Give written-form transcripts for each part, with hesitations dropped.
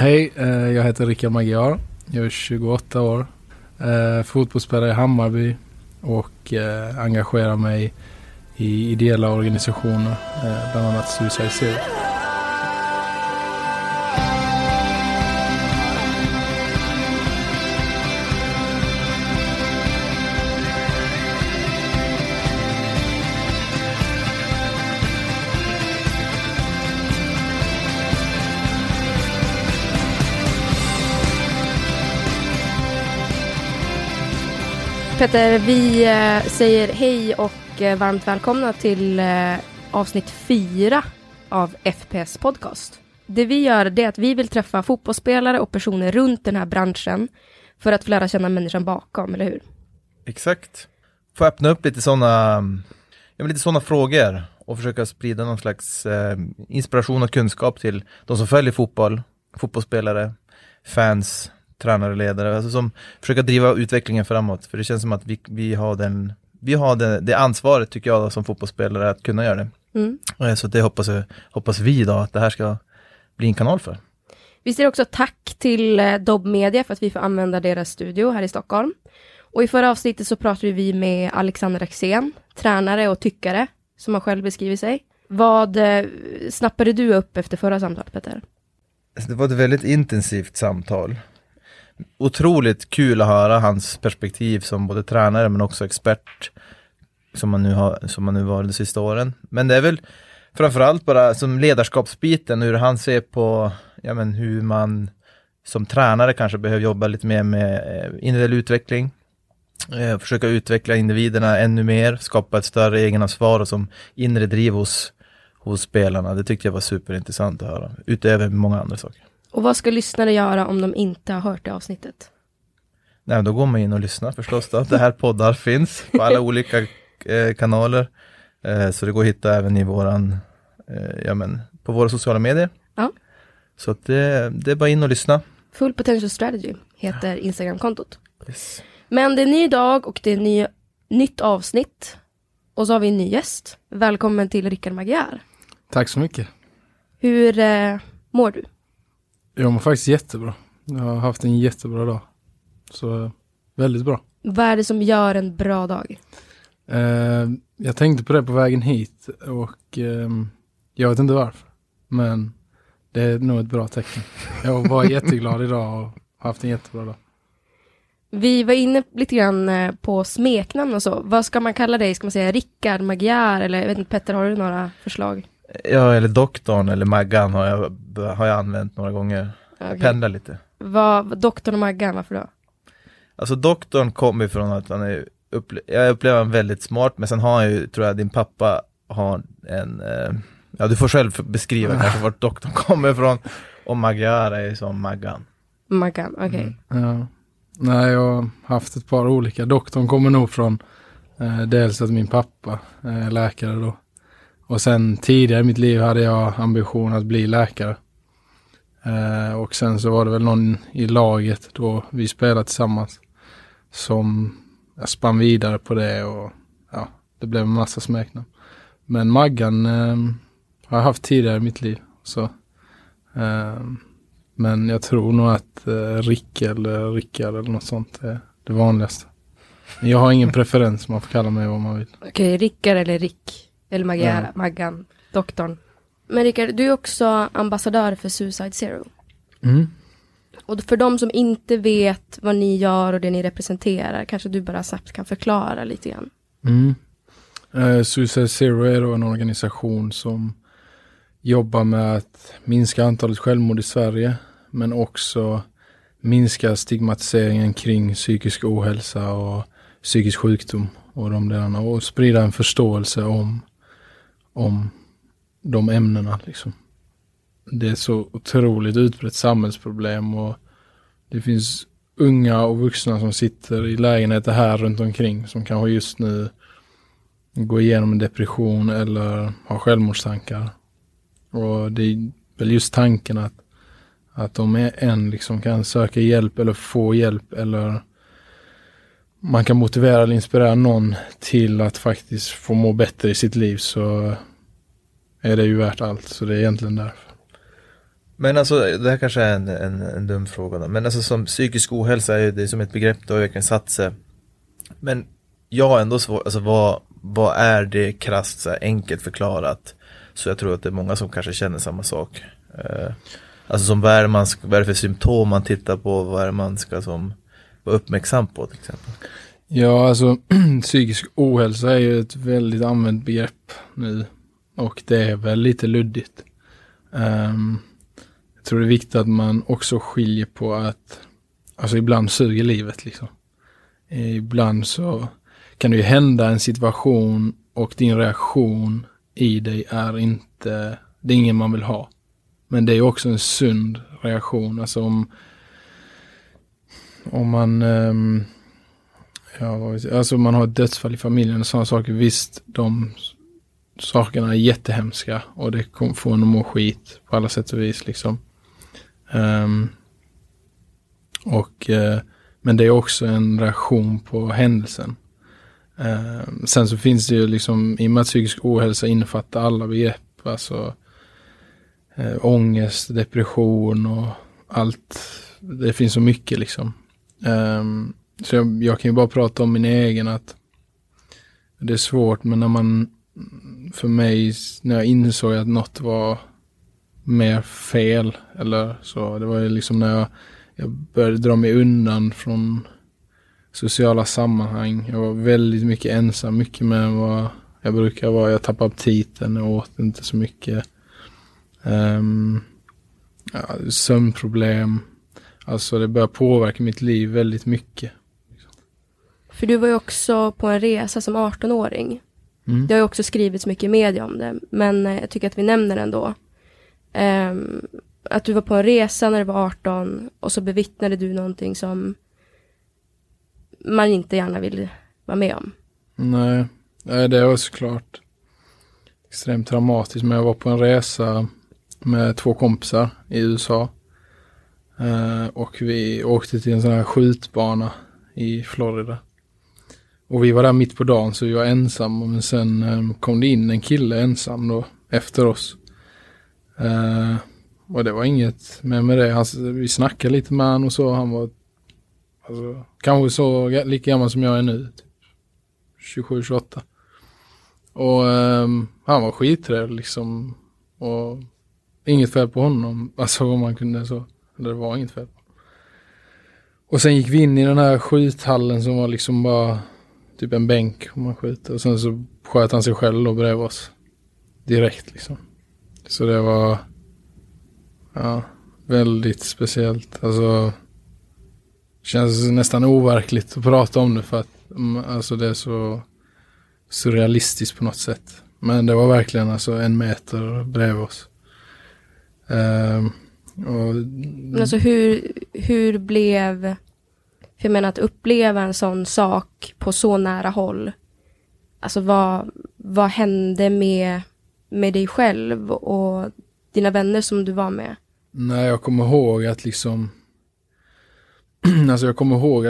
Hej, jag heter Rickard Magyar. Jag är 28 år. Fotbollsspelare i Hammarby och engagerar mig i ideella organisationer, bland annat Suicide Zero. Petter, vi säger hej och varmt välkomna till avsnitt 4 av FPS podcast. Det vi gör det är att vi vill träffa fotbollsspelare och personer runt den här branschen för att få lära känna människan bakom, eller hur? Exakt. Få öppna upp lite sådana frågor och försöka sprida någon slags inspiration och kunskap till de som följer fotbollsspelare, fans, tränare, ledare, alltså som försöker driva utvecklingen framåt, för det känns som att vi har det ansvaret, tycker jag, som fotbollsspelare att kunna göra det. Så det hoppas vi då att det här ska bli en kanal för. Vi säger också tack till Dobb Media för att vi får använda deras studio här i Stockholm. Och i förra avsnittet så pratade vi med Alexander Axén, tränare och tyckare, som har själv beskrivit sig. Vad snappade du upp efter förra samtalet, Petter? Det var ett väldigt intensivt samtal. Otroligt kul att höra hans perspektiv som både tränare men också expert som man nu var de sista åren. Men det är väl framförallt bara som ledarskapsbiten, hur han ser på hur man som tränare kanske behöver jobba lite mer med individuell utveckling. Försöka utveckla individerna ännu mer, skapa ett större egenansvar och som inre driv hos spelarna. Det tyckte jag var superintressant att höra, utöver många andra saker. Och vad ska lyssnare göra om de inte har hört det avsnittet? Nej, då går man in och lyssnar förstås då. Det här poddar finns på alla olika kanaler. Så det går att hitta även i på våra sociala medier. Ja. Så att det är bara in och lyssna. Full Potential Strategy heter Instagram-kontot. Yes. Men det är en ny dag och det är nytt avsnitt. Och så har vi en ny gäst. Välkommen till Rickard Magyar. Tack så mycket. Hur mår du? Jag mår faktiskt jättebra. Jag har haft en jättebra dag. Så väldigt bra. Vad är det som gör en bra dag? Jag tänkte på det på vägen hit. Och jag vet inte varför. Men det är nog ett bra tecken. Jag var jätteglad idag och har haft en jättebra dag. Vi var inne lite grann på smeknamn och så. Vad ska man kalla dig? Ska man säga Rickard, Magyar? Eller jag vet inte, Petter, har du några förslag? Ja, eller doktorn eller Maggan har jag använt några gånger. Okay. Pendlar lite. Doktorn och Maggan, varför då? Alltså doktorn kommer ifrån att jag upplever han väldigt smart, men sen har han ju, tror jag, din pappa har en du får själv beskriva kanske vart doktorn kommer ifrån, och Magyar är som Maggan. Maggan, okej. Okay. Ja. Nej, jag har haft ett par olika. Doktorn kommer nog från dels att min pappa är läkare då. Och sen tidigare i mitt liv hade jag ambition att bli läkare. Och sen så var det väl någon i laget då vi spelade tillsammans som jag spann vidare på det, och ja, det blev en massa smeknamn. Men Maggan har jag haft tidigare i mitt liv. Så, men jag tror nog att Rick eller Rickard eller något sånt är det vanligaste. Men jag har ingen preferens, man får kalla mig vad man vill. Okej, Rickard eller Rick. Eller Magyar, Maggan, doktorn. Men Rickard, du är också ambassadör för Suicide Zero. Mm. Och för de som inte vet vad ni gör och det ni representerar, kanske du bara snabbt kan förklara lite grann. Suicide Zero är då en organisation som jobbar med att minska antalet självmord i Sverige, men också minska stigmatiseringen kring psykisk ohälsa och psykisk sjukdom och de delarna, och sprida en förståelse om de ämnena liksom. Det är så otroligt utbrett samhällsproblem, och det finns unga och vuxna som sitter i lägenheter här runt omkring som kanske just nu går igenom en depression eller har självmordstankar. Och det är väl just tanken att de liksom kan söka hjälp eller få hjälp, eller man kan motivera eller inspirera någon till att faktiskt få må bättre i sitt liv, så är det ju värt allt. Så det är egentligen därför. Men alltså, det här kanske är en dum fråga då. Men alltså som psykisk ohälsa är det som ett begrepp, då har verkligen satt sig. Men jag har ändå svårt, alltså vad är det krasst så här enkelt förklarat? Så jag tror att det är många som kanske känner samma sak. Alltså som vad är det för symptom man tittar på, vad är det man ska som vara uppmärksam på till exempel? Ja, alltså psykisk ohälsa är ju ett väldigt använt begrepp nu. Och det är väl lite luddigt. Jag tror det är viktigt att man också skiljer på att alltså ibland suger livet liksom. Ibland så kan det ju hända en situation och din reaktion i dig är ingen man vill ha. Men det är också en sund reaktion. Alltså om man alltså man har ett dödsfall i familjen och sådana saker, visst de sakerna är jättehemska och det får en att må skit på alla sätt och vis liksom. Men det är också en reaktion på händelsen. Sen så finns det ju liksom, i och med att psykisk ohälsa innefattar alla begrepp, alltså ångest, depression och allt, det finns så mycket liksom. Så jag kan ju bara prata om min egen, att det är svårt, men för mig, när jag insåg att något var mer fel, eller så, det var ju liksom när jag började dra mig undan från sociala sammanhang. Jag var väldigt mycket ensam, mycket med vad jag brukar vara. Jag tappade aptiten, jag åt inte så mycket. Sömnproblem. Alltså det började påverka mitt liv väldigt mycket. För du var ju också på en resa som 18-åring. Det har ju också skrivits mycket i media om det. Men jag tycker att vi nämner ändå. Att du var på en resa när du var 18 och så bevittnade du någonting som man inte gärna vill vara med om. Nej, det var såklart extremt traumatiskt. Men jag var på en resa med 2 kompisar i USA. Och vi åkte till en sån här skjutbana i Florida. Och vi var där mitt på dagen, så vi var ensamma. Men sen kom det in en kille ensam då efter oss. Och det var inget med det. Vi snackade lite med han och så. Han var alltså, kanske så lika gammal som jag är nu. Typ 27-28. Och han var skiträdd liksom. Och inget fel på honom. Alltså om man kunde så. Eller det var inget fel. Och sen gick vi in i den här skjuthallen som var liksom bara typ en bänk om man skjuter. Och sen så sköt han sig själv då bredvid oss. Direkt liksom. Så det var väldigt speciellt. Alltså känns nästan overkligt att prata om det, för att alltså det är så surrealistiskt på något sätt. Men det var verkligen alltså 1 meter bredvid oss. Men alltså hur blev, för jag menar att uppleva en sån sak på så nära håll, alltså vad hände med dig själv och dina vänner som du var med? Nej, jag kommer ihåg att liksom alltså jag kommer ihåg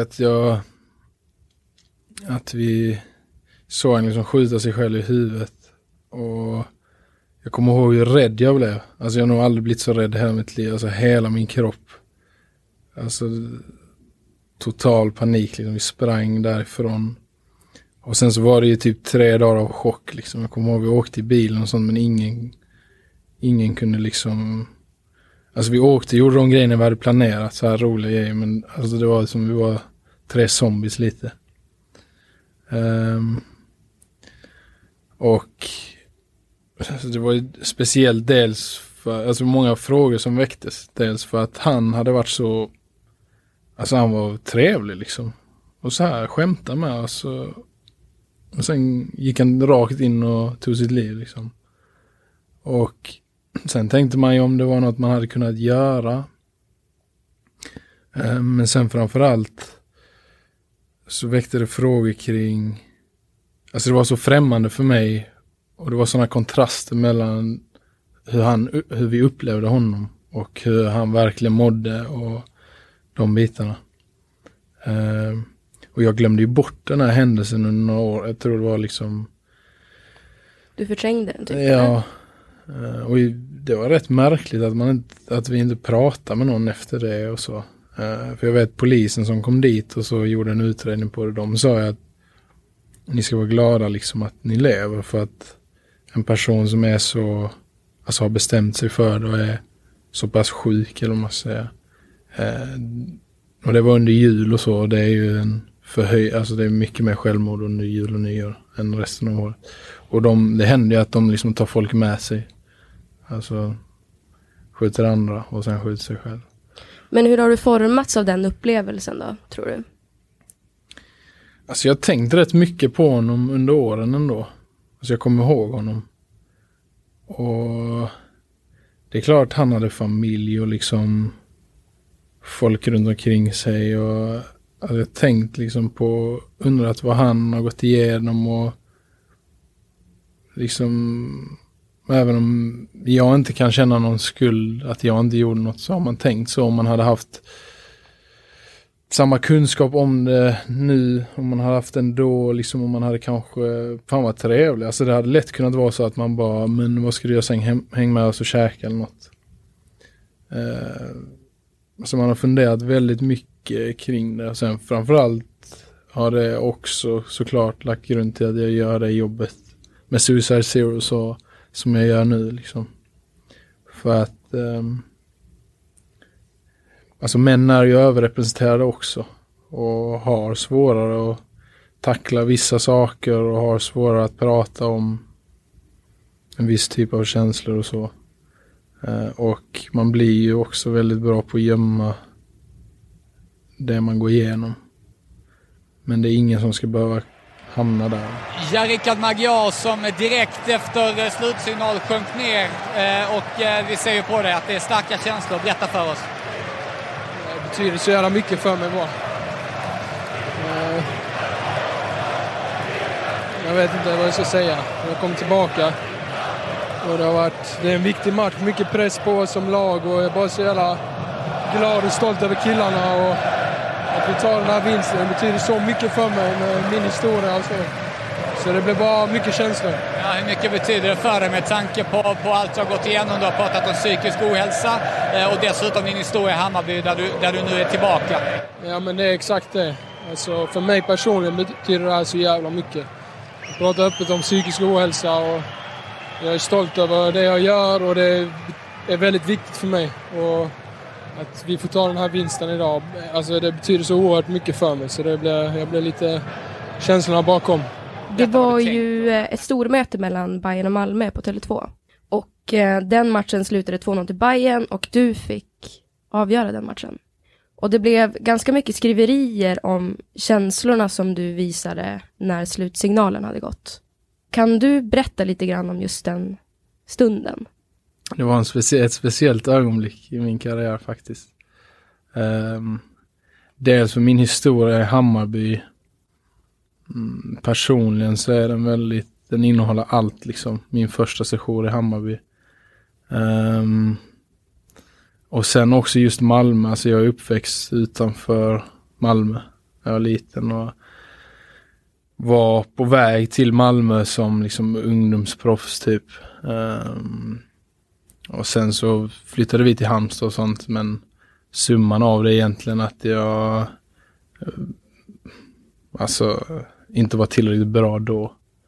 att vi såg en liksom skjuta sig själv i huvudet, och jag kommer ihåg hur rädd jag blev. Alltså jag har nog aldrig blivit så rädd i hela mitt liv. Alltså hela min kropp. Alltså total panik liksom. Vi sprang därifrån. Och sen så var det ju typ 3 dagar av chock liksom. Jag kommer ihåg vi åkte i bilen och sånt, men ingen kunde liksom. Alltså vi gjorde de grejerna vi hade planerat, så här roliga grejer, men alltså det var som vi var 3 zombies lite. Och alltså det var ju speciellt dels för, alltså många frågor som väcktes, dels för att han hade varit så, alltså han var trevlig liksom, och så här skämtade med oss, och sen gick han rakt in och tog sitt liv liksom. Och sen tänkte man ju om det var något man hade kunnat göra, men sen framförallt så väckte det frågor kring, alltså det var så främmande för mig. Och det var sådana kontraster mellan hur vi upplevde honom och hur han verkligen mådde och de bitarna. Och jag glömde ju bort den här händelsen under några år. Jag tror det var liksom... Du förträngde den typ? Ja, Och det var rätt märkligt att vi inte pratade med någon efter det och så. För jag vet polisen som kom dit och så gjorde en utredning på det. De sa att ni ska vara glada liksom att ni lever, för att en person som är så, alltså har bestämt sig för det och är så pass sjuk, eller vad man säger. Och det var under jul och så, och det är ju alltså det är mycket mer självmord under jul och nyår än resten av året. Och det händer ju att de liksom tar folk med sig. Alltså skjuter andra och sen skjuter sig själv. Men hur har du formats av den upplevelsen då, tror du? Alltså jag tänkte rätt mycket på honom under åren ändå. Alltså jag kommer ihåg honom. Och det är klart han hade familj och liksom folk runt omkring sig. Och alltså jag tänkt liksom på, undrat vad han har gått igenom och liksom, även om jag inte kan känna någon skuld att jag inte gjorde något, så har man tänkt så. Om man hade haft samma kunskap om det nu, om man hade haft den då, liksom om man hade kanske, fan vad trevligt. Alltså det hade lätt kunnat vara så att man bara, men vad ska du göra sen, häng med oss och käka eller något. Så man har funderat väldigt mycket kring det. Och sen framförallt har det också såklart lagt grund till att jag gör det jobbet med Suicide Zero så, som jag gör nu liksom. För att alltså män är ju överrepresenterade också och har svårare att tackla vissa saker och har svårare att prata om en viss typ av känslor och så. Och man blir ju också väldigt bra på att gömma det man går igenom. Men det är ingen som ska behöva hamna där. Rickard Magyar som direkt efter slutsignal sjönk ner och vi ser ju på det att det är starka känslor. Berätta för oss. Det betyder så jävla mycket för mig bara. Jag vet inte vad jag ska säga. Jag kom tillbaka och det är en viktig match. Mycket press på oss som lag och jag är bara så jävla glad och stolt över killarna och att vi tar den här vinsten. Det betyder så mycket för mig med min historia alltså. Så det blev bara mycket känslor. Ja, hur mycket betyder det för dig med tanke på allt du har gått igenom? Du har pratat om psykisk ohälsa och dessutom din historia i Hammarby där du nu är tillbaka. Ja, men det är exakt det. Alltså, för mig personligen betyder det här så jävla mycket. Jag pratar öppet om psykisk ohälsa och jag är stolt över det jag gör och det är väldigt viktigt för mig. Och att vi får ta den här vinsten idag, alltså det betyder så oerhört mycket för mig. Så jag blev lite känslorna bakom. Det var ju ett stormöte mellan Bayern och Malmö på Tele2. Och den matchen slutade 2-0 till Bayern och du fick avgöra den matchen. Och det blev ganska mycket skriverier om känslorna som du visade när slutsignalen hade gått. Kan du berätta lite grann om just den stunden? Det var ett speciellt ögonblick i min karriär faktiskt. Dels för min historia i Hammarby. Personligen så är den innehåller allt liksom. Min första session i Hammarby. Och sen också just Malmö. Alltså jag är uppväxt utanför Malmö. Jag var liten och var på väg till Malmö som liksom ungdomsproffs typ. Och sen så flyttade vi till Halmstad och sånt, men summan av det är egentligen att jag alltså inte var tillräckligt bra då.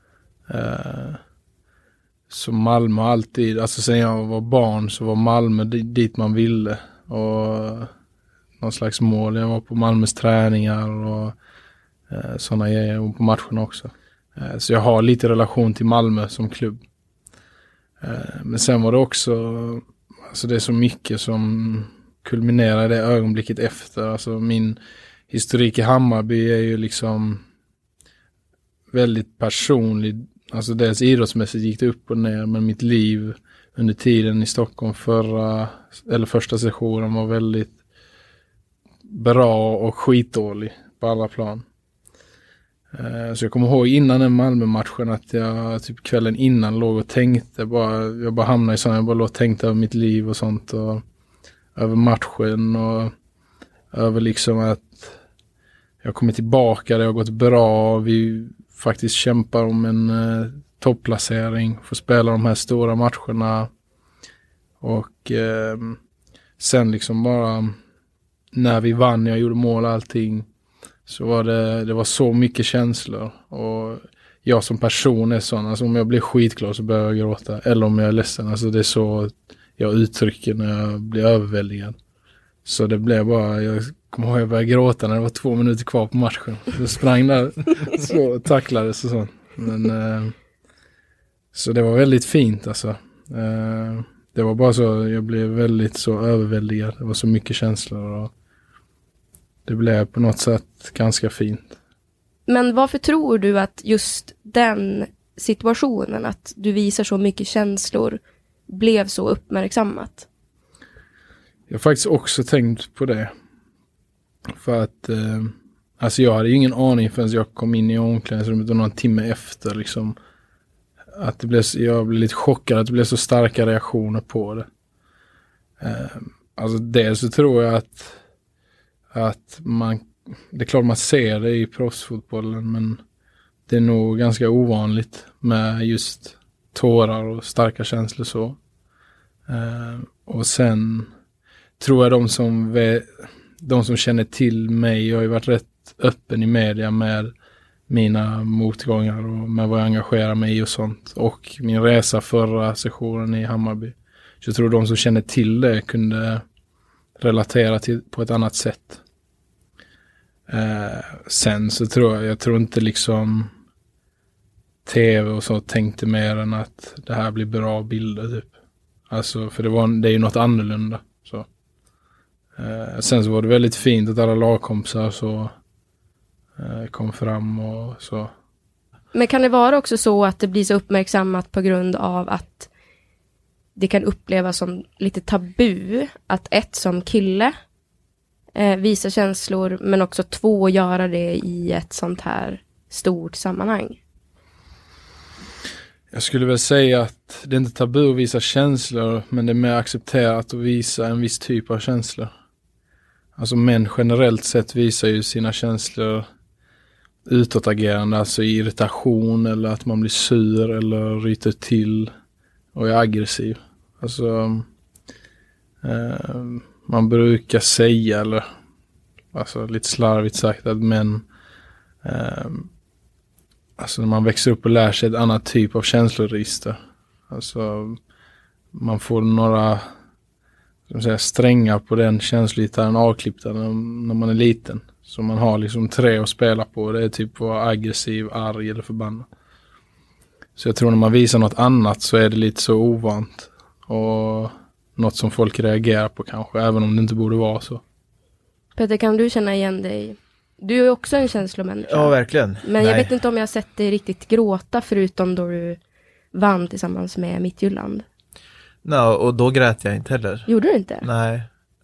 Så Malmö alltid, alltså sen jag var barn så var Malmö dit man ville och någon slags mål. Jag var på Malmös träningar och sådana grejer och på matcherna också. Så jag har lite relation till Malmö som klubb. Men sen var det också, alltså det är så mycket som kulminerar det ögonblicket efter. Alltså min historik i Hammarby är ju liksom väldigt personlig. Alltså dels idrottsmässigt gick det upp och ner, men mitt liv under tiden i Stockholm första sessionen var väldigt bra och skitdålig på alla plan. Så jag kommer ihåg innan den Malmö-matchen att jag typ kvällen innan låg och tänkte jag bara hamnade i sånt, jag bara låg och tänkte över mitt liv och sånt och över matchen och över liksom att jag kommer tillbaka, det har gått bra och vi faktiskt kämpar om en topplacering, få spela de här stora matcherna. Och sen liksom bara när vi vann, jag gjorde mål och allting, så var det var så mycket känslor. Och jag som person är sån, alltså om jag blir skitglad så börjar jag gråta. Eller om jag är ledsen, alltså det är så jag uttrycker när jag blir överväldigad. Så det blev bara, jag kommer ihåg jag började gråta när det var 2 minuter kvar på matchen. Jag sprang där, så tacklades och sånt. Men så det var väldigt fint alltså. Det var bara så, jag blev väldigt så överväldigad. Det var så mycket känslor och det blev på något sätt ganska fint. Men varför tror du att just den situationen, att du visar så mycket känslor, blev så uppmärksammat? Jag har faktiskt också tänkt på det. För att alltså jag hade ingen aning förrän jag kom in i omklädningsrummet och någon timme efter liksom, att jag blev lite chockad att det blev så starka reaktioner på det. Alltså dels så tror jag att det är klart man ser det i proffsfotbollen, men det är nog ganska ovanligt med just tårar och starka känslor så. Och sen tror jag de som känner till mig, jag har ju varit rätt öppen i media med mina motgångar och med vad jag engagerar mig i och sånt. Och min resa förra sessionen i Hammarby. Så jag tror de som känner till det kunde relatera till på ett annat sätt. Sen så tror jag inte liksom tv och så tänkte mer än att det här blir bra bilder typ. Alltså för det är ju något annorlunda så. Sen så var det väldigt fint att alla lagkompisar så kom fram och så. Men kan det vara också så att det blir så uppmärksammat på grund av att det kan upplevas som lite tabu att ett som kille visa känslor, men också 2 göra det i ett sånt här stort sammanhang? Jag skulle väl säga att det är inte tabu att visa känslor, men det är mer accepterat att visa en viss typ av känslor. Alltså män generellt sett visar ju sina känslor utåtagerande, alltså irritation eller att man blir sur eller ryter till och är aggressiv. Alltså man brukar säga, eller alltså lite slarvigt sagt, att män alltså när man växer upp och lär sig ett annat typ av känsloregister. Alltså man får några strängar på den känslogitarren avklippta när man är liten. Så man har liksom 3 att spela på. Det är typ att vara aggressiv, arg eller förbannad. Så jag tror när man visar något annat så är det lite så ovant. Och något som folk reagerar på kanske, även om det inte borde vara så. Peter, kan du känna igen dig? Du är ju också en känslomänniska. Ja, verkligen. Men jag vet inte om jag har sett dig riktigt gråta förutom då du vann tillsammans med Midtjylland. Och då grät jag inte heller. Gjorde du inte? Nej.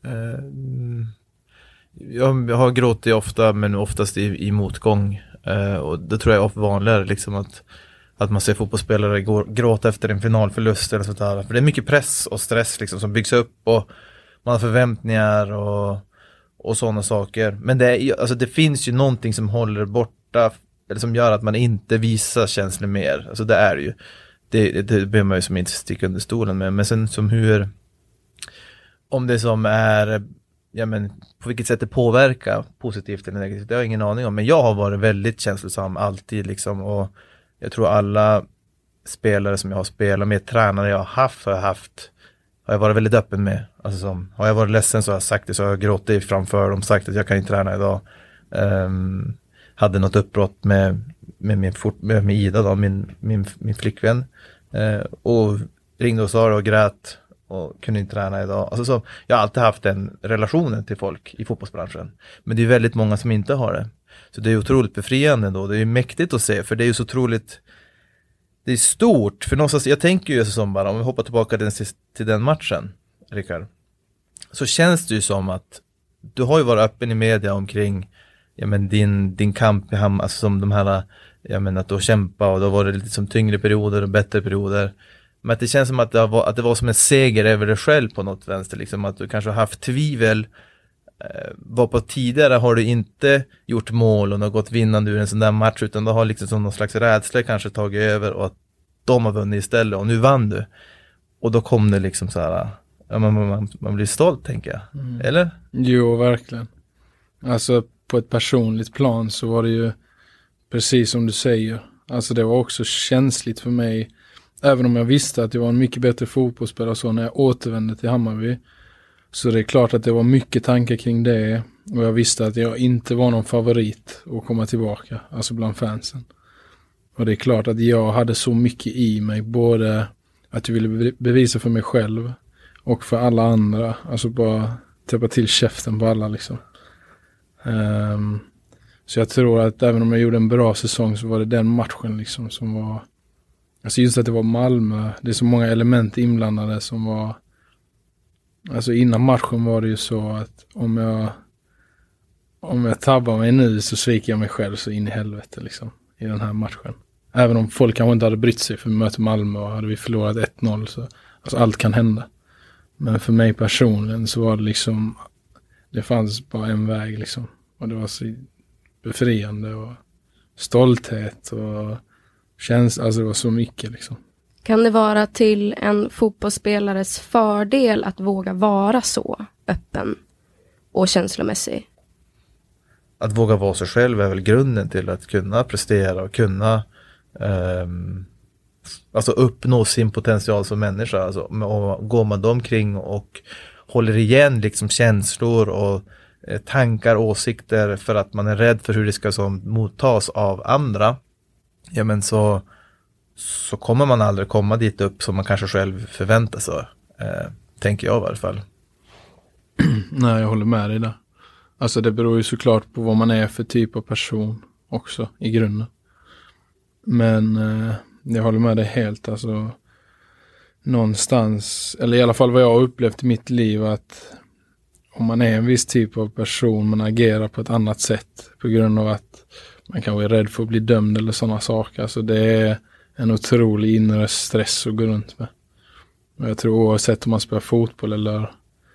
Jag har gråtit ofta, men oftast i motgång. Och det tror jag är vanligare liksom att man ser fotbollsspelare gråta efter en finalförlust eller sånt där. För det är mycket press och stress liksom som byggs upp och man har förväntningar och sådana saker. Men det finns ju någonting som håller borta, eller som gör att man inte visar känslor mer. Alltså det är ju, det behöver man ju som inte sticka under stolen med. Men sen som om det som är, på vilket sätt det påverkar positivt eller negativt, det har jag ingen aning om. Men jag har varit väldigt känslosam alltid liksom, och jag tror alla spelare som jag har spelat med, tränare jag har haft, har jag varit väldigt öppen med. Alltså har jag varit ledsen så har jag sagt det, så har jag gråtit framför dem, sagt att jag kan inte träna idag. Hade något uppbrott med Ida då, min flickvän. Och ringde och sa det och grät och kunde inte träna idag. Alltså så, jag har alltid haft den relationen till folk i fotbollsbranschen. Men det är väldigt många som inte har det. Så det är otroligt befriande då. Det är mäktigt att se, för det är ju så otroligt, det är stort. För någonstans, jag tänker ju som bara, om vi hoppar tillbaka till den matchen, Rickard, så känns det ju som att du har ju varit öppen i media omkring din kamp i Hammar, alltså som de här, att du har kämpat och då var det lite som tyngre perioder och bättre perioder. Men att det känns som att det var som en seger över dig själv på något vänster, liksom att du kanske har haft tvivel. Var på tidigare har du inte gjort mål och har gått vinnande ur en sån där match, utan du har liksom som någon slags rädsla kanske tagit över, och de har vunnit istället och nu vann du. Och då kom det liksom så här, ja, man blir stolt, tänker jag. Eller? Jo, verkligen. Alltså på ett personligt plan så var det ju precis som du säger. Alltså det var också känsligt för mig. Även om jag visste att jag var en mycket bättre fotbollsspelare så när jag återvände till Hammarby. Så det är klart att det var mycket tankar kring det. Och jag visste att jag inte var någon favorit att komma tillbaka. Alltså bland fansen. Och det är klart att jag hade så mycket i mig. Både att jag ville bevisa för mig själv. Och för alla andra. Alltså bara täppa till käften på alla liksom. Så jag tror att även om jag gjorde en bra säsong så var det den matchen liksom som var... Alltså just att det var Malmö. Det är så många element inblandade som var... Alltså innan matchen var det ju så att om jag tabbar mig nu så sviker jag mig själv så in i helvete liksom. I den här matchen. Även om folk kanske inte hade brytt sig för vi möter Malmö och hade vi förlorat 1-0 så... Alltså allt kan hända. Men för mig personligen så var det liksom... Det fanns bara en väg liksom. Och det var så befriande och stolthet och alltså det var så mycket liksom. Kan det vara till en fotbollsspelares fördel att våga vara så öppen och känslomässig? Att våga vara sig själv är väl grunden till att kunna prestera och kunna alltså uppnå sin potential som människa. Alltså, och går man omkring och håller igen liksom känslor och tankar, åsikter för att man är rädd för hur det ska som mottas av andra, ja men så kommer man aldrig komma dit upp som man kanske själv förväntar sig, tänker jag i varje fall. Nej, jag håller med dig där. Alltså det beror ju såklart på vad man är för typ av person också i grunden. Men jag håller med dig helt, alltså någonstans, eller i alla fall vad jag har upplevt i mitt liv, att om man är en viss typ av person, man agerar på ett annat sätt på grund av att man kanske är rädd för att bli dömd eller sådana saker. Alltså det är en otrolig inre stress att gå runt med. Och jag tror oavsett om man spelar fotboll eller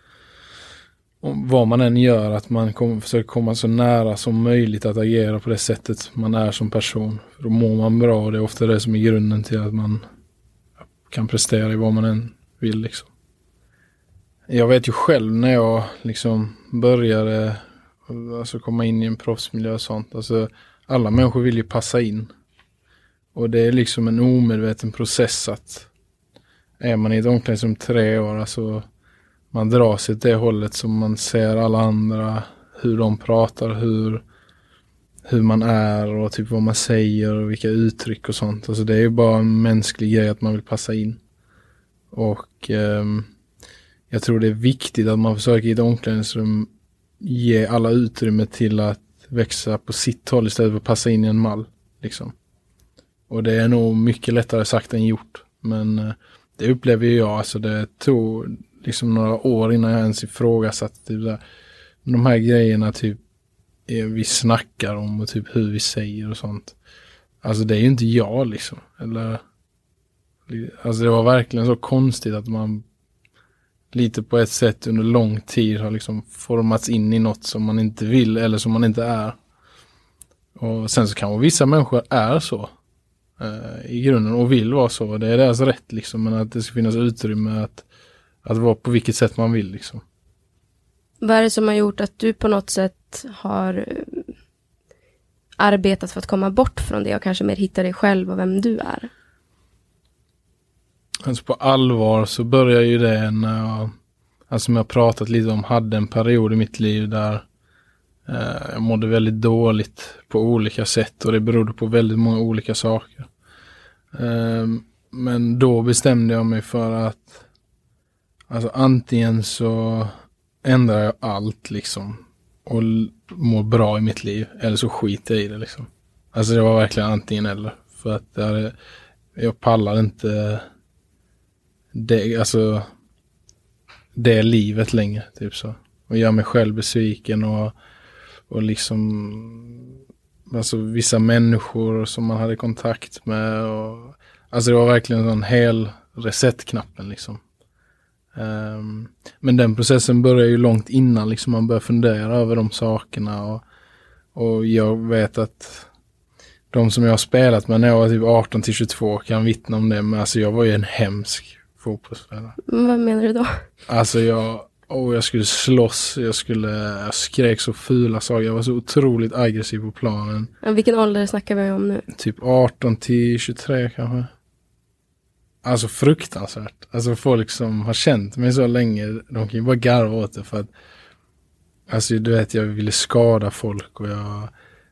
vad man än gör, att man försöker komma så nära som möjligt att agera på det sättet man är som person. För då mår man bra och det är ofta det som är grunden till att man kan prestera i vad man än vill liksom. Jag vet ju själv när jag liksom började alltså komma in i en proffsmiljö och sånt. Alltså alla människor vill ju passa in. Och det är liksom en omedveten process att är man i ett omklädningsrum 3 år, alltså man drar sig till det hållet som man ser alla andra, hur de pratar, hur man är och typ vad man säger och vilka uttryck och sånt. Alltså det är ju bara en mänsklig grej att man vill passa in. Och jag tror det är viktigt att man försöker i ett omklädningsrum ge alla utrymme till att växa på sitt håll istället för att passa in i en mall liksom. Och det är nog mycket lättare sagt än gjort. Men det upplever jag, alltså det tog liksom några år innan jag ens ifrågasatte typ där, de här grejerna typ vi snackar om och typ hur vi säger och sånt. Alltså det är ju inte jag liksom. Eller, alltså det var verkligen så konstigt att man lite på ett sätt under lång tid har liksom formats in i något som man inte vill eller som man inte är. Och sen så kan vissa människor är så i grunden och vill vara så. Det är deras rätt liksom, men att det ska finnas utrymme att vara på vilket sätt man vill liksom. Vad är det som har gjort att du på något sätt har arbetat för att komma bort från det och kanske mer hitta dig själv och vem du är? Alltså på allvar så börjar ju det när jag, alltså som jag pratat lite om, hade en period i mitt liv där jag mådde väldigt dåligt på olika sätt och det berodde på väldigt många olika saker. Men då bestämde jag mig för att alltså antingen så ändrar jag allt liksom och mår bra i mitt liv eller så skiter jag i det liksom. Alltså det var verkligen antingen eller, för att jag pallar inte det livet längre typ så. Och gör mig själv besviken och liksom alltså vissa människor som man hade kontakt med och alltså det var verkligen en sån hel reset-knappen liksom. Men den processen börjar ju långt innan liksom man börjar fundera över de sakerna och jag vet att de som jag har spelat med när jag var typ 18 till 22 kan vittna om det. Men alltså jag var ju en hemsk fotbollsspelare. Vad menar du då? Alltså jag skulle slåss, jag skrek så fula saker. Jag var så otroligt aggressiv på planen. Vilken ålder snackar vi om nu? Typ 18 till 23 kanske. Alltså fruktansvärt. Alltså folk som har känt mig så länge, de kan ju bara garva åt det för att alltså du vet, jag ville skada folk och jag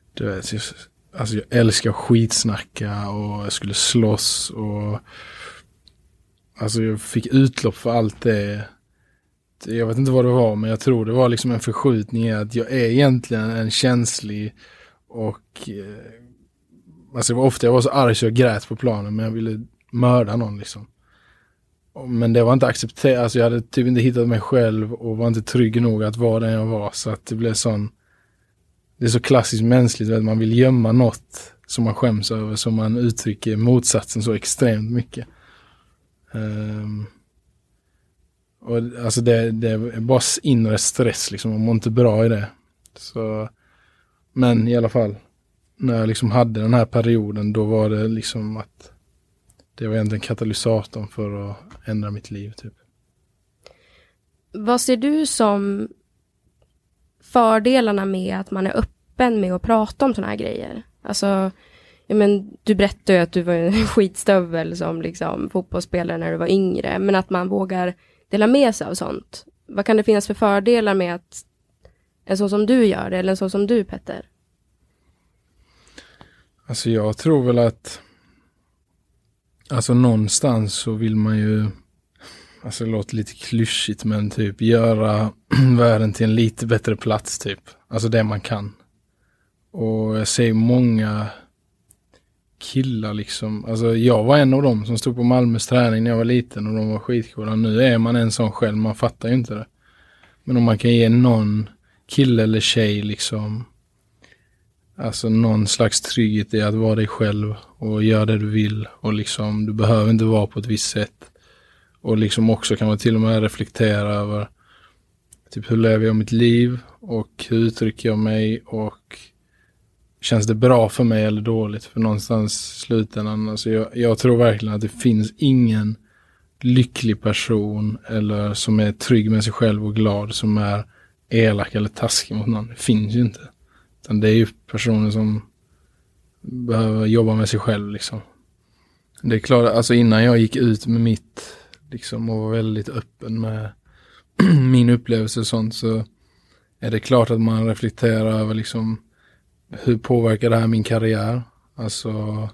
älskar skitsnacka och jag skulle slåss och alltså jag fick utlopp för allt det. Jag vet inte vad det var, men jag tror det var liksom en förskjutning i att jag är egentligen en känslig och alltså det var ofta jag var så arg så jag grät på planen, men jag ville mörda någon liksom. Men det var inte accepterat, alltså jag hade typ inte hittat mig själv och var inte trygg nog att vara den jag var, så att det blev det är så klassiskt mänskligt att man vill gömma något som man skäms över, som man uttrycker motsatsen så extremt mycket. Och alltså det är bara inre stress liksom, man mår inte bra i det. Så, men i alla fall, när jag liksom hade den här perioden, då var det liksom att det var egentligen katalysatorn för att ändra mitt liv typ. Vad ser du som fördelarna med att man är öppen med att prata om såna här grejer? Alltså, du berättade ju att du var en skitstövel som liksom fotbollsspelare när du var yngre, men att man vågar dela med sig av sånt. Vad kan det finnas för fördelar med att en sån som du gör det, eller en sån som du, Petter? Alltså jag tror väl att alltså någonstans så vill man ju, alltså det låter lite klyschigt, men typ göra världen till en lite bättre plats typ. Alltså det man kan. Och jag ser många killar liksom, alltså jag var en av dem som stod på Malmös träning när jag var liten och de var skitcoola. Nu är man en sån själv, man fattar ju inte det. Men om man kan ge någon kille eller tjej liksom, alltså någon slags trygghet i att vara dig själv och göra det du vill, och liksom du behöver inte vara på ett visst sätt, och liksom också kan man till och med reflektera över typ hur lever jag mitt liv och hur uttrycker jag mig och känns det bra för mig eller dåligt, för någonstans slutändan, alltså jag tror verkligen att det finns ingen lycklig person eller som är trygg med sig själv och glad som är elak eller taskig mot någon. Det finns ju inte. Utan det är ju personer som behöver jobba med sig själv liksom. Det är klart, alltså innan jag gick ut med mitt liksom och var väldigt öppen med min upplevelse och sånt, så är det klart att man reflekterar över liksom hur påverkar det här min karriär? Alltså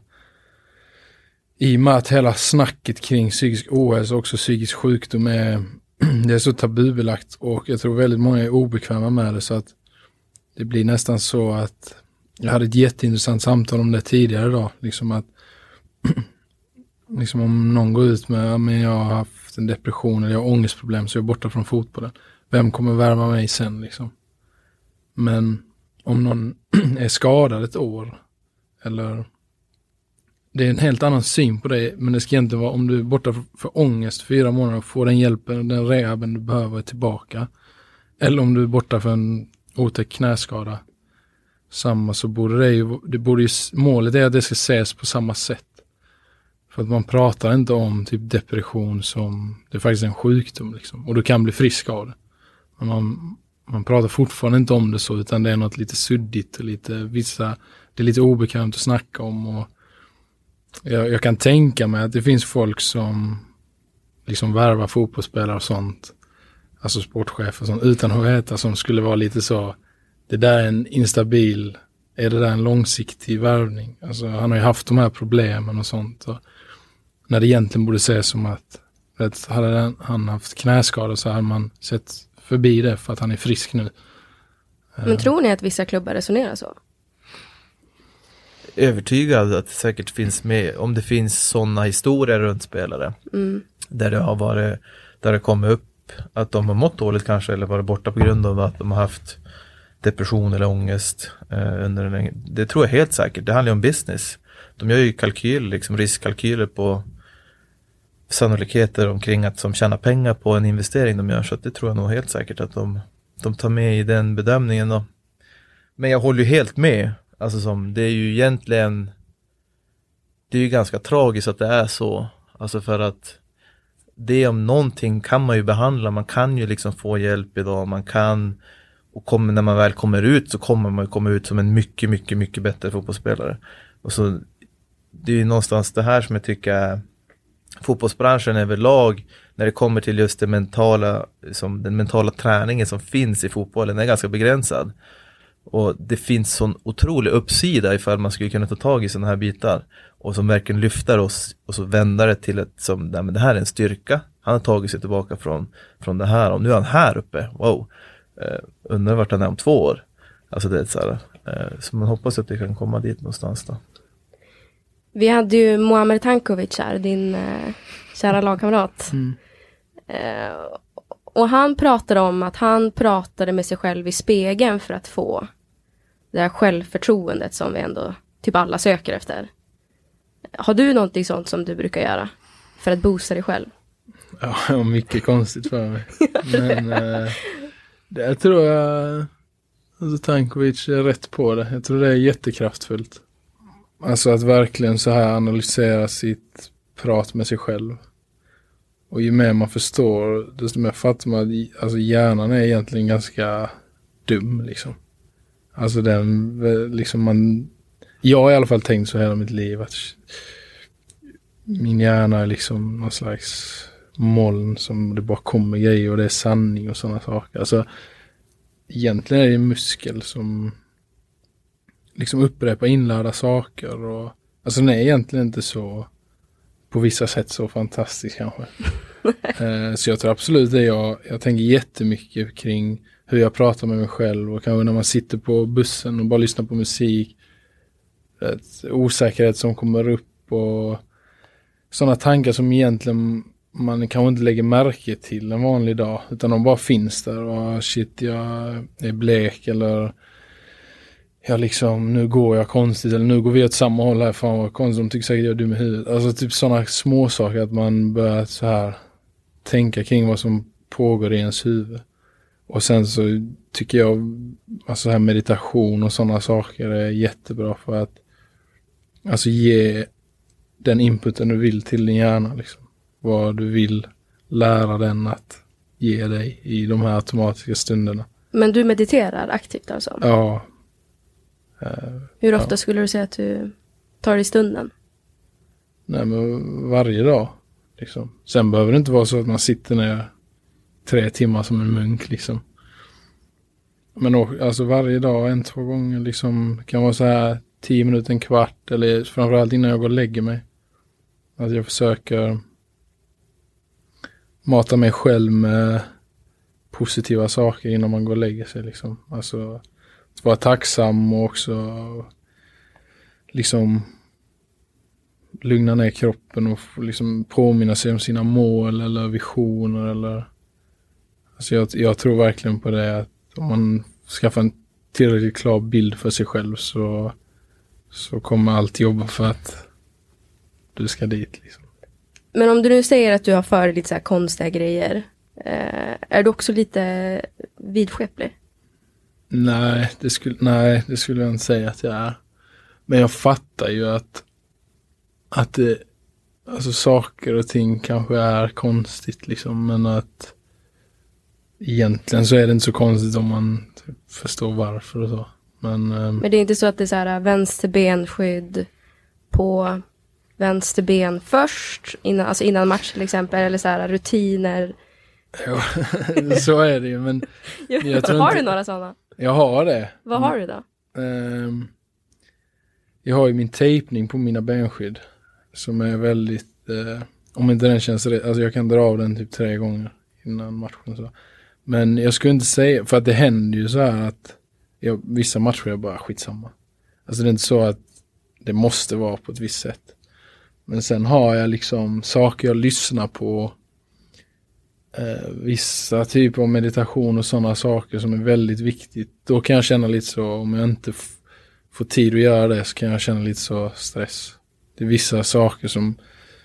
i och med att hela snacket kring psykisk ohälsa och också psykisk sjukdom det är så tabubelagt, och jag tror väldigt många är obekväma med det, så att det blir nästan så att jag hade ett jätteintressant samtal om det tidigare idag, liksom att liksom om någon går ut med men jag har haft en depression eller jag har ångestproblem så jag är borta från fotbollen. Vem kommer värva mig sen liksom? Men om någon är skadad ett år, eller det är en helt annan syn på det, men det ska inte vara om du är borta för ångest 4 månader och får den hjälpen och den rehaben du behöver tillbaka, eller om du är borta för en otäck knäskada, samma, så borde målet är att det ska ses på samma sätt, för att man pratar inte om typ depression som det är faktiskt en sjukdom liksom, och du kan bli frisk av det, men man pratar fortfarande inte om det så, utan det är något lite suddigt och det är lite obekvämt att snacka om, och jag kan tänka mig att det finns folk som liksom värvar fotbollsspelare och sånt, alltså sportchefer och sånt, utan att veta, som skulle vara lite så, det där är en instabil, är det där en långsiktig värvning? Alltså han har ju haft de här problemen och sånt, och när det egentligen borde ses som att hade han haft knäskador så hade man sett förbi det för att han är frisk nu. Men tror ni att vissa klubbar resonerar så? Övertygad att det säkert finns med, om det finns sådana historier runt spelare där det har varit, där det kommer upp att de har mått dåligt kanske, eller varit borta på grund av att de har haft depression eller ångest under en, det tror jag helt säkert. Det handlar ju om business. De gör ju kalkyl, liksom riskkalkyler på sannolikheter omkring att som tjänar pengar på en investering de gör, så att det tror jag nog helt säkert att de tar med i den bedömningen då. Men jag håller ju helt med Alltså det är ju egentligen, det är ju ganska tragiskt att det är så. Alltså för att det om någonting kan man ju behandla, man kan ju liksom få hjälp idag, man kan, och när man väl kommer ut så kommer man komma ut som en mycket, mycket, mycket bättre fotbollsspelare. Och så det är ju någonstans det här som jag tycker fotbollsbranschen överlag, när det kommer till just den mentala träningen som finns i fotbollen, är ganska begränsad. Och det finns sån otrolig uppsida ifall man skulle kunna ta tag i sådana här bitar och som verkligen lyfter oss och så vänder det till ett som, nej, men det här är en styrka. Han har tagit sig tillbaka från det här och nu är han här uppe. Wow. Undrar vart han är om 2 år. Alltså det är så här. Så man hoppas att det kan komma dit någonstans då. Vi hade ju Muamer Tankovic här, din kära lagkamrat. Och han pratade om att han pratade med sig själv i spegeln för att få det här självförtroendet som vi ändå typ alla söker efter. Har du någonting sånt som du brukar göra för att boosta dig själv? Ja, mycket konstigt för mig. Men det tror jag, alltså Tankovic är rätt på det. Jag tror det är jättekraftfullt. Alltså att verkligen så här analysera sitt prat med sig själv. Och ju mer man förstår, desto mer fattar man att alltså hjärnan är egentligen ganska dum liksom. Alltså den liksom jag har i alla fall tänkt så hela mitt liv att min hjärna är liksom någon slags moln som det bara kommer grejer och det är sanning och sådana saker. Alltså egentligen är det en muskel som liksom upprepar inlärda saker och alltså den är egentligen inte så på vissa sätt så fantastisk kanske. Så jag tror absolut det jag tänker jättemycket kring hur jag pratar med mig själv och kanske när man sitter på bussen och bara lyssnar på musik. Osäkerhet som kommer upp och sådana tankar som egentligen man kanske inte lägger märke till en vanlig dag utan de bara finns där och shit jag är blek eller jag liksom, nu går jag konstigt eller nu går vi åt samma håll här, fan vad konstigt, de tycker säkert jag är dum i huvudet. Alltså typ sådana små saker att man börjar så här tänka kring vad som pågår i ens huvud. Och sen så tycker jag alltså här meditation och sådana saker är jättebra för att alltså ge den inputen du vill till din hjärna liksom. Vad du vill lära den att ge dig i de här automatiska stunderna. Men du mediterar aktivt alltså? Ja. Hur ofta skulle du säga att du tar i stunden? Nej, men varje dag. Liksom. Sen behöver det inte vara så att man sitter ner 3 timmar som en munk. Liksom. Men alltså varje dag, 1-2 gånger. Liksom, kan vara så här 10 minuter, en kvart. Eller framförallt innan jag går och lägger mig. Att jag försöker mata mig själv med positiva saker innan man går och lägger sig. Liksom. Alltså att vara tacksam och också liksom lugna ner kroppen och liksom påminna sig om sina mål eller visioner eller alltså jag tror verkligen på det att om man skaffar en tillräckligt klar bild för sig själv så kommer allt jobba för att du ska dit liksom. Men om du nu säger att du har för lite så här konstiga grejer, är du också lite vidskeplig? Nej, det skulle jag inte säga att jag är. Men jag fattar ju att det, alltså saker och ting kanske är konstigt liksom, men att egentligen så är det inte så konstigt om man typ förstår varför och så. Men det är inte så att det är så här vänster benskydd på vänster ben först innan match till exempel, eller så här rutiner. Ja, så är det ju, men jag tror har du några sådana? Jag har det. Vad har du då? Jag har ju min tejpning på mina benskydd som är väldigt, om inte den känns rätt, alltså jag kan dra av den typ 3 gånger innan matchen så. Men jag skulle inte säga, för att det händer ju så här att vissa matcher är bara skitsamma. Alltså det är inte så att det måste vara på ett visst sätt. Men sen har jag liksom saker jag lyssnar på, vissa typer av meditation och sådana saker som är väldigt viktigt. Då kan jag känna lite så, om jag inte får tid att göra det så kan jag känna lite så stress. Det är vissa saker som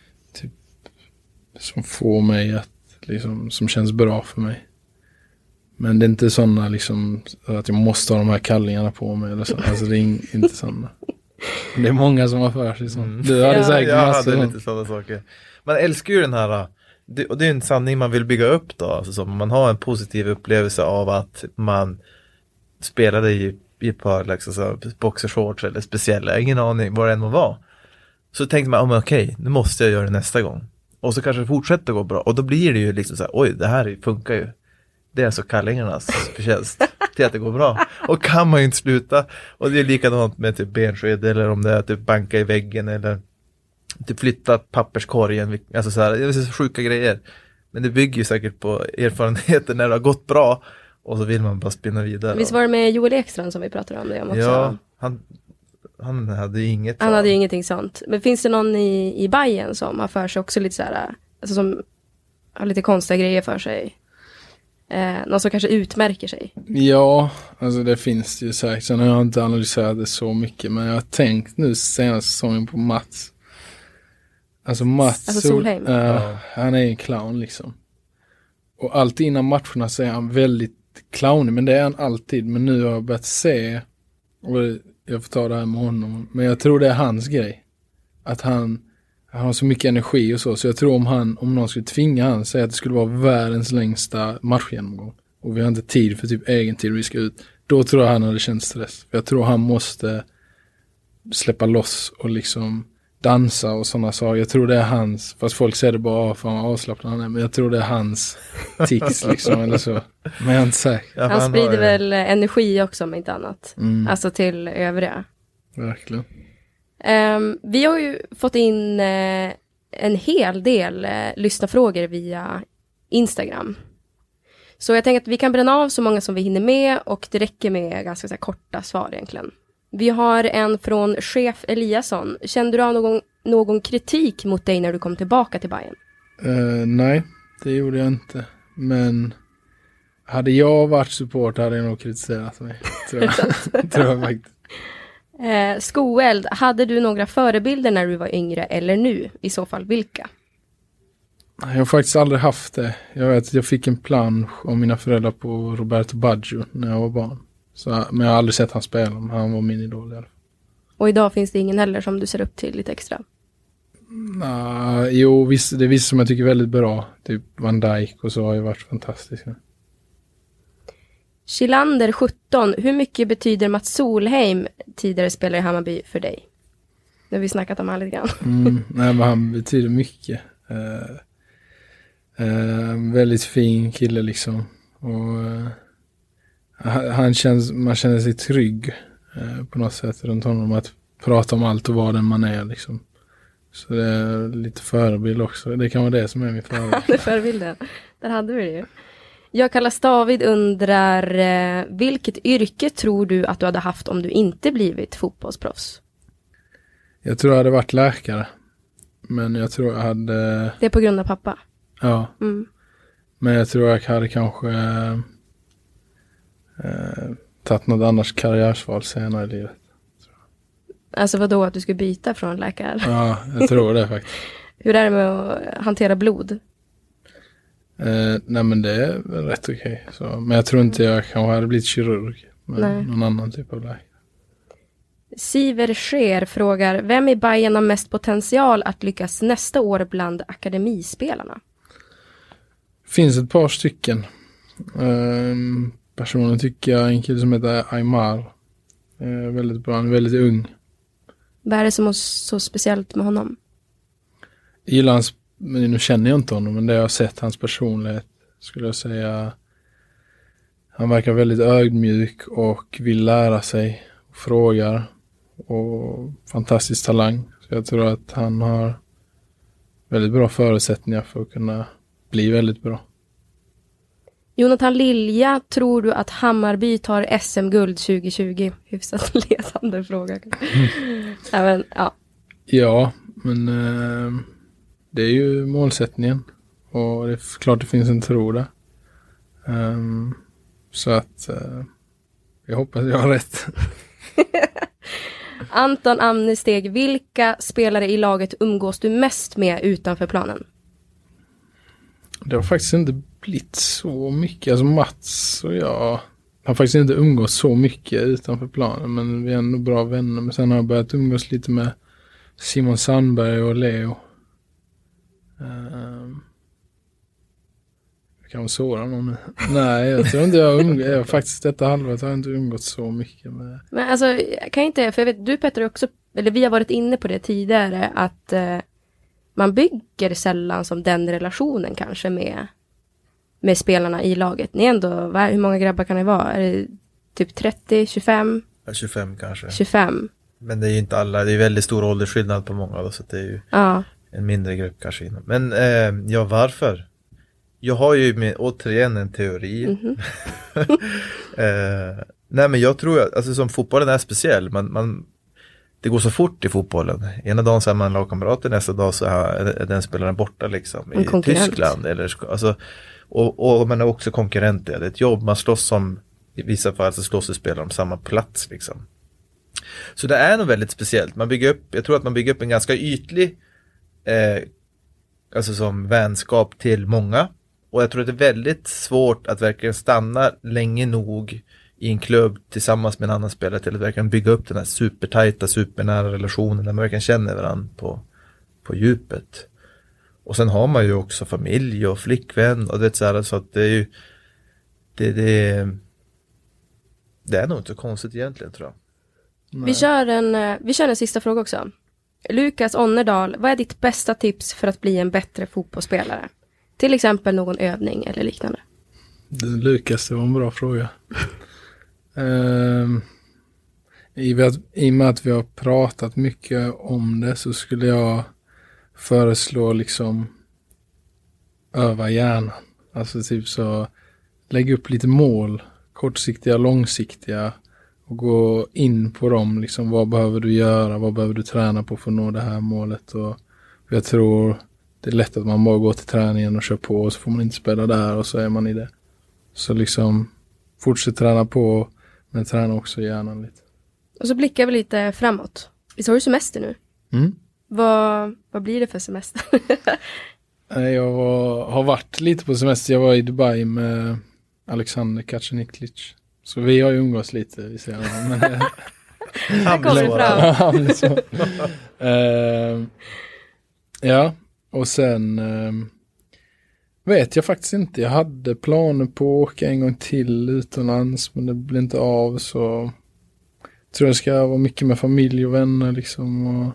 får mig att liksom, som känns bra för mig. Men det är inte sådana liksom att jag måste ha de här kallingarna på mig eller så. Alltså det är inte sådana. Det är många som har för sig sånt. Du hade säkert massor. Jag hade lite sådana saker. Man älskar ju den här, och det är en sanning man vill bygga upp då. Alltså så man har en positiv upplevelse av att man spelade i ett par liksom, så, boxershorts eller speciella, ingen aning vad det än må vara. Så tänkte man, okej, nu måste jag göra det nästa gång. Och så kanske det fortsätter gå bra. Och då blir det ju liksom så här, oj, det här funkar ju. Det är alltså kallingarnas förtjänst till att det går bra. Och kan man ju inte sluta. Och det är likadant med typ bensked eller om det är att typ banka i väggen eller typ flytta papperskorgen. Alltså så här, det är så sjuka grejer. Men det bygger ju säkert på erfarenheter när det har gått bra. Och så vill man bara spinna vidare. Visst var det med Joel Ekstrand som vi pratade om det om också? Ja, han hade ju inget. Han hade ju ingenting sånt. Men finns det någon i Bayern som har för sig också lite så här, alltså som har lite konstiga grejer för sig? Någon som kanske utmärker sig? Ja, alltså det finns det ju säkert. Sen har jag inte analyserat det så mycket. Men jag har tänkt nu senaste säsongen på Mats. Alltså Mats Solheim. Han är en clown liksom. Och alltid innan matcherna så är han väldigt clownig. Men det är han alltid. Men nu har jag börjat se, och jag får ta det här med honom. Men jag tror det är hans grej. Att han har så mycket energi och så. Så jag tror om någon skulle tvinga han säga att det skulle vara världens längsta matchgenomgång. Och vi har inte tid för typ egen tid vi ska ut. Då tror jag han hade känt stress. För jag tror han måste släppa loss och liksom dansa och sådana saker. Jag tror det är hans, fast folk säger det bara för han avslappnad han är. Men jag tror det är hans tics liksom eller så. Men jag är inte säker. Ja, han sprider väl energi också om inte annat. Alltså till övriga. Verkligen. Vi har ju fått in en hel del lyssnarfrågor via Instagram. Så jag tänker att vi kan bränna av så många som vi hinner med och det räcker med ganska så här, korta svar egentligen. Vi har en från chef Eliasson. Kände du av någon kritik mot dig när du kom tillbaka till Bayern? Nej, det gjorde jag inte. Men hade jag varit support hade jag nog kritiserat mig. Tror jag faktiskt. Skoeld, hade du några förebilder när du var yngre eller nu? I så fall vilka? Jag har faktiskt aldrig haft det. Jag vet att jag fick en plansch av mina föräldrar på Roberto Baggio när jag var barn. Så, men jag har aldrig sett han spela, men han var min idol i alla fall. Och idag finns det ingen heller som du ser upp till lite extra? Jo, det är vissa som jag tycker är väldigt bra. Typ Van Dijk och så har ju varit fantastiska. Chilander 17, hur mycket betyder Mats Solheim, tidigare spelare i Hammarby, för dig? Nu har vi snackat om han lite grann. Nej, men han betyder mycket. Väldigt fin kille liksom. Och man känner sig trygg på något sätt runt honom. Att prata om allt och vad den man är liksom. Så det är lite förebild också. Det kan vara det som är min förebild. Det är förebilden. Där hade vi det ju. Jag kallas David undrar, vilket yrke tror du att du hade haft om du inte blivit fotbollsproffs? Jag tror jag hade varit läkare. Men jag tror jag hade... Det är på grund av pappa? Ja. Men jag tror jag hade kanske tagit något annars karriärsval senare i livet. Alltså vadå, att du skulle byta från läkare? Ja, jag tror det faktiskt. Hur är det med att hantera blod? Nej men det är rätt okej. Men jag tror inte jag kanske hade blivit kirurg. Men någon annan typ av läkare. Siver Sker frågar, vem i Bayern har mest potential att lyckas nästa år bland akademispelarna? Finns ett par stycken. Personen tycker jag en kille som heter Aymar. Väldigt bra, han är väldigt ung. Vad är det som är så speciellt med honom? Nu känner jag inte honom, men det jag har sett hans personlighet skulle jag säga. Han verkar väldigt ödmjuk och vill lära sig och frågar. Och fantastisk talang. Så jag tror att han har väldigt bra förutsättningar för att kunna bli väldigt bra. Jonathan Lilja, tror du att Hammarby tar SM-guld 2020? Hyfsat ledande fråga. Ja, men det är ju målsättningen. Och det är klart det finns en tro där. Så att jag hoppas jag har rätt. Anton Amnesteg, vilka spelare i laget umgås du mest med utanför planen? Det har faktiskt inte blivit så mycket. Alltså Mats och jag har faktiskt inte umgås så mycket utanför planen, men vi är ändå bra vänner. Men sen har jag börjat umgås lite med Simon Sandberg och Leo. Kan man såra någon nu? Nej, jag tror inte jag faktiskt detta halvåret har jag inte umgått så mycket med. Men alltså, kan inte, för jag vet, du Petter också, eller vi har varit inne på det tidigare, att man bygger sällan som den relationen kanske med spelarna i laget. Ni ändå, hur många grabbar kan det vara? Är det typ 30, 25? Ja, 25 kanske. 25. Men det är ju inte alla, det är väldigt stor åldersskillnad på många då, så det är ju en mindre grupp kanske. Men ja, varför? Jag har ju återigen en teori. Nej, men jag tror att alltså, som fotbollen är speciell. Det går så fort i fotbollen. Ena dagen så är man lagkamrater, nästa dag så är den spelaren borta liksom. I Tyskland. Alltså, och man är också konkurrent. Det är ett jobb, man slåss som, i vissa fall så slåss spelare om samma plats liksom. Så det är nog väldigt speciellt. Jag tror att man bygger upp en ganska ytlig alltså som vänskap till många. Och jag tror att det är väldigt svårt att verkligen stanna länge nog i en klubb tillsammans med en annan spelare till att verkligen bygga upp den här supertajta, supernära relationen där man verkligen känner varandra på djupet. Och sen har man ju också familj och flickvän och det så att det är ju det är nog inte konstigt egentligen, tror jag. Vi kör en sista fråga också. Lukas Onnerdal, vad är ditt bästa tips för att bli en bättre fotbollsspelare? Till exempel någon övning eller liknande. Lukas, det var en bra fråga. I och med att vi har pratat mycket om det så skulle jag föreslå liksom öva hjärnan. Alltså typ så lägg upp lite mål, kortsiktiga, långsiktiga, och gå in på dem. Liksom, vad behöver du göra? Vad behöver du träna på för att nå det här målet? Och jag tror det är lätt att man bara går till träningen och kör på och så får man inte spela där och så är man i det. Så liksom fortsätt träna på, men träna också hjärnan lite. Och så blickar vi lite framåt. Visst har du semester nu? Vad blir det för semester? Jag har varit lite på semester. Jag var i Dubai med Alexander Kacaniklic. Så vi har ju umgås lite i serien. Men här kommer vi fram. Ja, och sen vet jag faktiskt inte. Jag hade planer på att åka en gång till utomlands, men det blev inte av, så tror jag ska vara mycket med familj och vänner liksom, och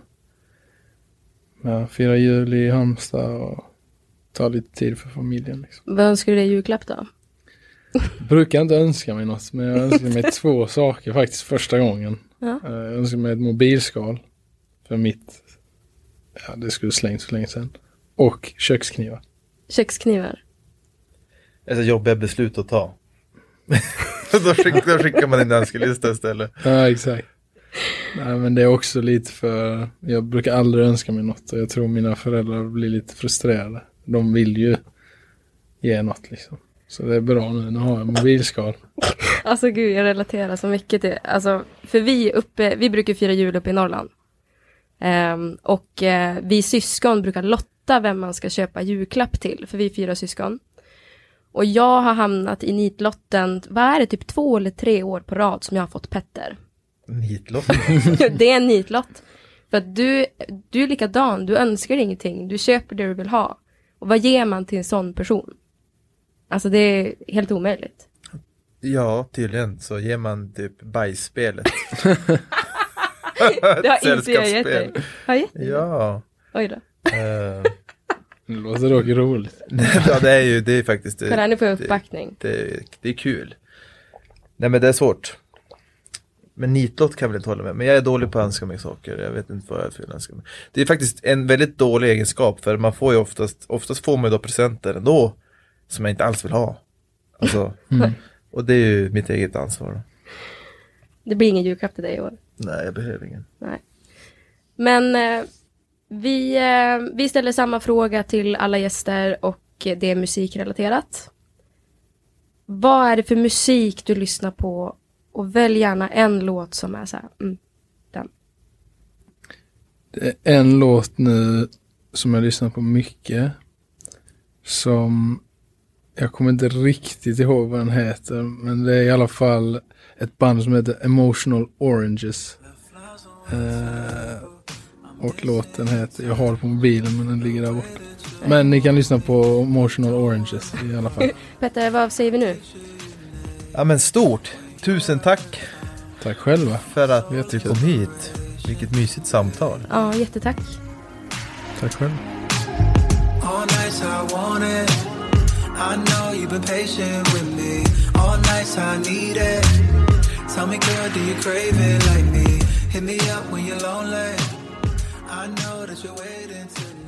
fira jul i Halmstad och ta lite tid för familjen liksom. Vad önskar du dig i julklapp då? Brukar inte önska mig något, men jag önskar mig 2 saker faktiskt första gången. Ja. Jag önskar mig ett mobilskal för mitt, det skulle slängt så länge sedan, och köksknivar. Köksknivar? Alltså jobbiga beslut att ta. då skickar man en önskelista istället. Ja, exakt. Nej, men det är också lite för, jag brukar aldrig önska mig något och jag tror mina föräldrar blir lite frustrerade. De vill ju ge något liksom. Så det är bra nu har jag mobilskal. Alltså gud, jag relaterar så mycket till, alltså, för vi brukar fira jul uppe i Norrland. Och vi syskon brukar lotta vem man ska köpa julklapp till, för vi är 4 syskon. Och jag har hamnat i nitlotten, vad är det, typ 2 eller 3 år på rad som jag har fått Petter. Nitlott? Det är en nitlott. För att du är likadan, du önskar ingenting, du köper det du vill ha. Och vad ger man till en sån person? Alltså det är helt omöjligt. Ja, tydligen så ger man typ bajsspelet. Det har inte jag gett dig. Har jag gett dig? Ja. Oj då. Det låter dock roligt. Ja, det är faktiskt det. Kan ni få uppbackning? Det är kul. Nej, men det är svårt. Men nitlott kan jag väl inte hålla med. Men jag är dålig på att önska mig saker. Jag vet inte vad jag vill önska mig. Det är faktiskt en väldigt dålig egenskap. För man får ju oftast får man ju då presenter ändå som jag inte alls vill ha. Alltså, och det är ju mitt eget ansvar då. Det blir ingen julklapp till dig i år. Nej, jag behöver ingen. Nej. Men vi ställer samma fråga till alla gäster och det är musikrelaterat. Vad är det för musik du lyssnar på? Och välj gärna en låt som är så här, den. Det är en låt nu som jag lyssnar på mycket, som Jag kommer inte riktigt ihåg vad den heter, men det är i alla fall ett band som heter Emotional Oranges. Och låten heter, jag har det på mobilen men den ligger där borta. Men ni kan lyssna på Emotional Oranges i alla fall. Petter, vad säger vi nu? Ja men stort, tusen tack. Tack själva. För att du kom hit. Vilket mysigt samtal. Ja, jättetack. Tack själv. All nights I want it. I know you've been patient with me. All nights I need it. Tell me girl, do you crave it like me? Hit me up when you're lonely. I know that you're waiting to